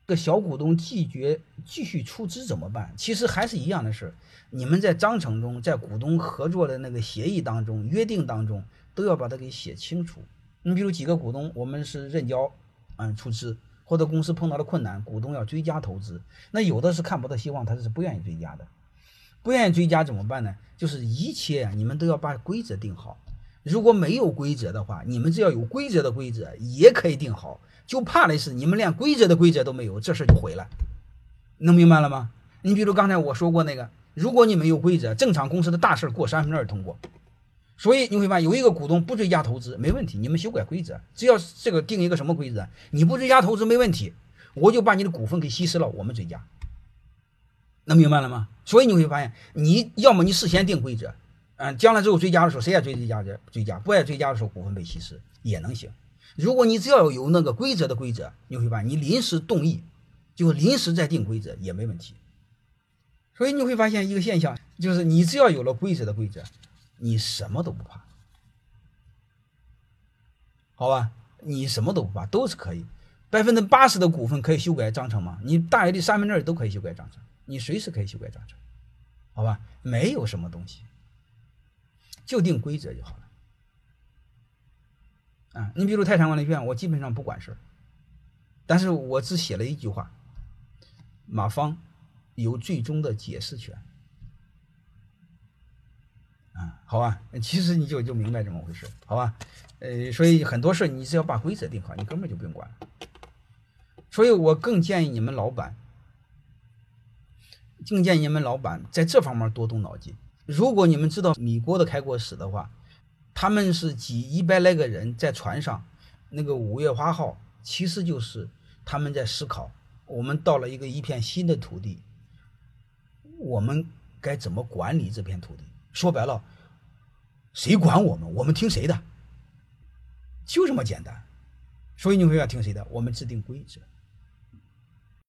个小股东拒绝继续出资怎么办？其实还是一样的事，你们在章程中，在股东合作的那个协议当中、约定当中，都要把它给写清楚。你比如几个股东，我们是认交，出资，或者公司碰到了困难，股东要追加投资，那有的是看不到希望，他是不愿意追加的。不愿意追加怎么办呢？就是一切你们都要把规则定好。如果没有规则的话，你们只要有规则的规则也可以定好，就怕的是你们连规则的规则都没有，这事就毁了。能明白了吗？你比如刚才我说过那个，如果你没有规则，正常公司的大事过2/3通过。所以你会发现有一个股东不追加投资没问题，你们修改规则，只要这个定一个什么规则，你不追加投资没问题，我就把你的股份给稀释了，我们追加。能明白了吗？所以你会发现，你要么你事先定规则，将来之后追加的时候，谁爱追加追加，不爱追加的时候股份被稀释也能行。如果你只要有那个规则的规则，你会发现你临时动议，就临时再定规则也没问题。所以你会发现一个现象，就是你只要有了规则的规则，你什么都不怕，好吧？你什么都不怕，都是可以。80%的股份可以修改章程吗？你大于的2/3都可以修改章程，你随时可以修改章程，好吧？没有什么东西，就定规则就好了。你比如泰山管理院，我基本上不管事，但是我只写了一句话：马方有最终的解释权。好吧，其实你就明白这么回事，好吧？所以很多事你只要把规则定好，你根本就不用管了。所以我更建议你们老板在这方面多动脑筋。如果你们知道米国的开国史的话，他们是几100来个人在船上，那个5月花号其实就是他们在思考，我们到了一片新的土地，我们该怎么管理这片土地。说白了，谁管我们，我们听谁的，就这么简单。所以你会要听谁的？我们制定规则。